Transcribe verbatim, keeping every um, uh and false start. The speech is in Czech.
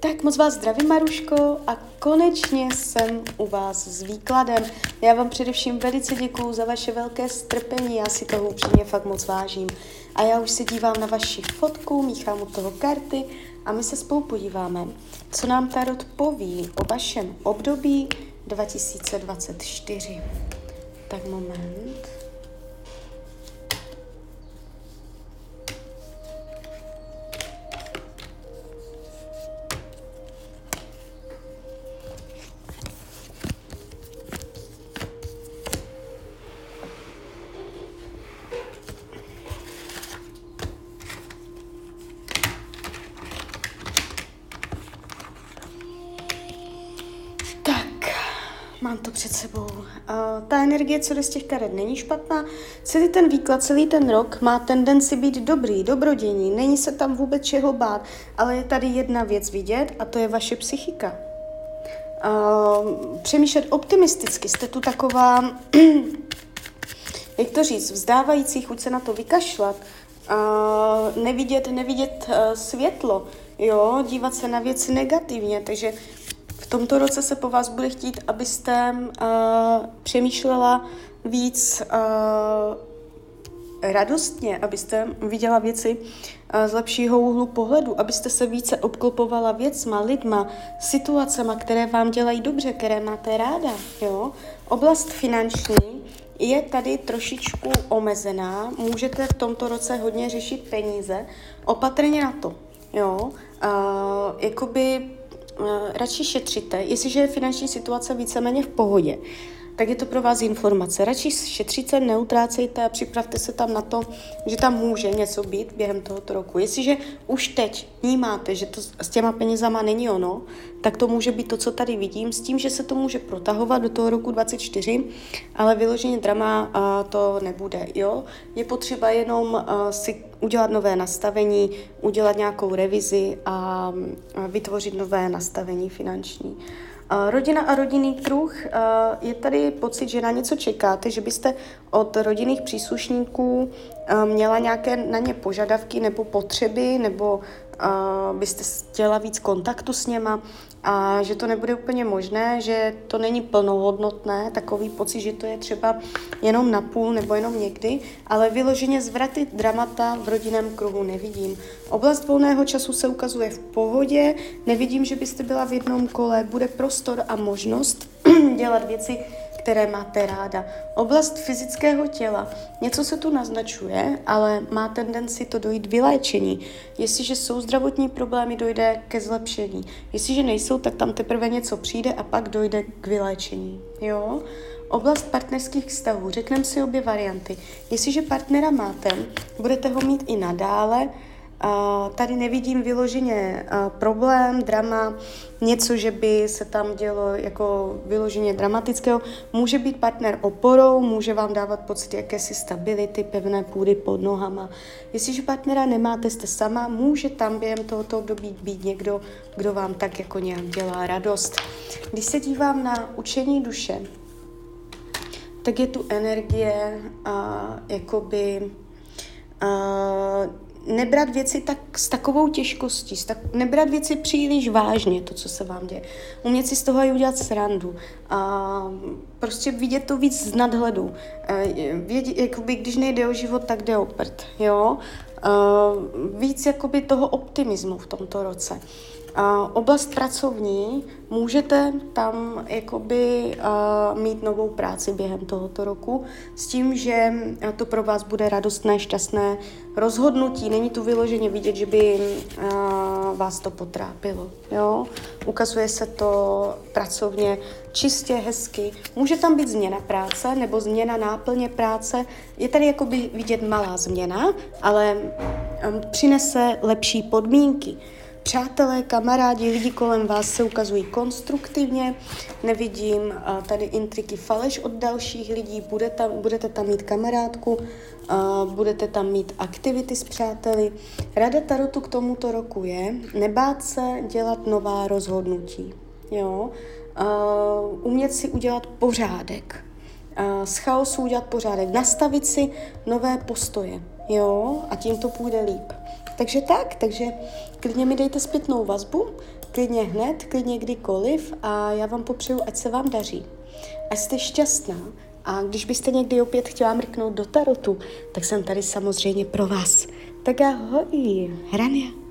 Tak moc vás zdravím, Maruško, a konečně jsem u vás s výkladem. Já vám především velice děkuju za vaše velké strpení, já si toho upřímně fakt moc vážím. A já už se dívám na vaši fotku, míchám u toho karty a my se spolu podíváme, co nám Tarot poví o vašem období dva tisíce dvacet čtyři. Tak moment. Mám to před sebou. Uh, ta energie, co jde z těch karet, není špatná. Celý ten výklad, celý ten rok má tendenci být dobrý, dobrodění. Není se tam vůbec čeho bát, ale je tady jedna věc vidět a to je vaše psychika. Uh, přemýšlet optimisticky. Jste tu taková, jak to říct, vzdávající, chuť se na to vykašlat. Uh, nevidět, nevidět uh, světlo, jo, dívat se na věci negativně, takže v tomto roce se po vás bude chtít, abyste uh, přemýšlela víc uh, radostně, abyste viděla věci uh, z lepšího úhlu pohledu, abyste se více obklopovala věcma, lidma, situacema, které vám dělají dobře, které máte ráda. Jo? Oblast finanční je tady trošičku omezená, můžete v tomto roce hodně řešit peníze, opatrně na to. Jo? Uh, jakoby Uh, radši šetřite, jestliže je finanční situace víceméně v pohodě, tak je to pro vás informace. Radši šetřice, neutrácejte a připravte se tam na to, že tam může něco být během tohoto roku. Jestliže už teď vnímáte, že to s těma penězama není ono, tak to může být to, co tady vidím, s tím, že se to může protahovat do toho roku dvacet čtyři, ale vyloženě drama uh, to nebude. Jo? Je potřeba jenom uh, si udělat nové nastavení, udělat nějakou revizi a uh, vytvořit nové nastavení finanční. Uh, rodina a rodinný kruh, uh, je tady pocit, že na něco čekáte, že byste od rodinných příslušníků uh, měla nějaké na ně požadavky nebo potřeby, nebo uh, byste chtěla víc kontaktu s něma a že to nebude úplně možné, že to není plnohodnotné, takový pocit, že to je třeba jenom na půl nebo jenom někdy, ale vyloženě zvraty dramata v rodinném kruhu nevidím. Oblast volného času se ukazuje v pohodě, nevidím, že byste byla v jednom kole, bude prostor a možnost dělat věci, které máte ráda. Oblast fyzického těla. Něco se tu naznačuje, ale má tendenci to dojít vyléčení. Jestliže jsou zdravotní problémy, dojde ke zlepšení. Jestliže nejsou, tak tam teprve něco přijde a pak dojde k vyléčení. Jo? Oblast partnerských vztahů. Řekneme si obě varianty. Jestliže partnera máte, budete ho mít i nadále. Uh, tady nevidím vyloženě uh, problém, drama, něco, že by se tam dělo jako vyloženě dramatického. Může být partner oporou, může vám dávat pocit jakési stability, pevné půdy pod nohama. Jestliže partnera nemáte, jste sama, může tam během tohoto období být někdo, kdo vám tak jako nějak dělá radost. Když se dívám na učení duše, tak je tu energie uh, jakoby uh, nebrat věci tak, s takovou těžkostí, s tak, nebrat věci příliš vážně, to, co se vám děje. Umět si z toho i udělat srandu. A prostě vidět to víc z nadhledu. Vědět, jakoby, když nejde o život, tak jde o prd. Jo? A víc jakoby, toho optimismu v tomto roce. A oblast pracovní, můžete tam jakoby uh, mít novou práci během tohoto roku s tím, že to pro vás bude radostné, šťastné rozhodnutí. Není tu vyloženě vidět, že by uh, vás to potrápilo. Jo? Ukazuje se to pracovně čistě, hezky. Může tam být změna práce nebo změna náplně práce. Je tady jakoby vidět malá změna, ale um, přinese lepší podmínky. Přátelé, kamarádi, lidi kolem vás se ukazují konstruktivně, nevidím uh, tady intriky, faleš od dalších lidí, bude tam, budete tam mít kamarádku, uh, budete tam mít aktivity s přáteli. Rada Tarotu k tomuto roku je nebát se dělat nová rozhodnutí. Jo? Uh, umět si udělat pořádek, uh, z chaosu udělat pořádek, nastavit si nové postoje, jo? A tím to půjde líp. Takže tak, takže klidně mi dejte zpětnou vazbu, klidně hned, klidně kdykoliv a já vám popřeju, ať se vám daří. Ať jste šťastná a když byste někdy opět chtěla mrknout do tarotu, tak jsem tady samozřejmě pro vás. Tak ahoj, Hrania.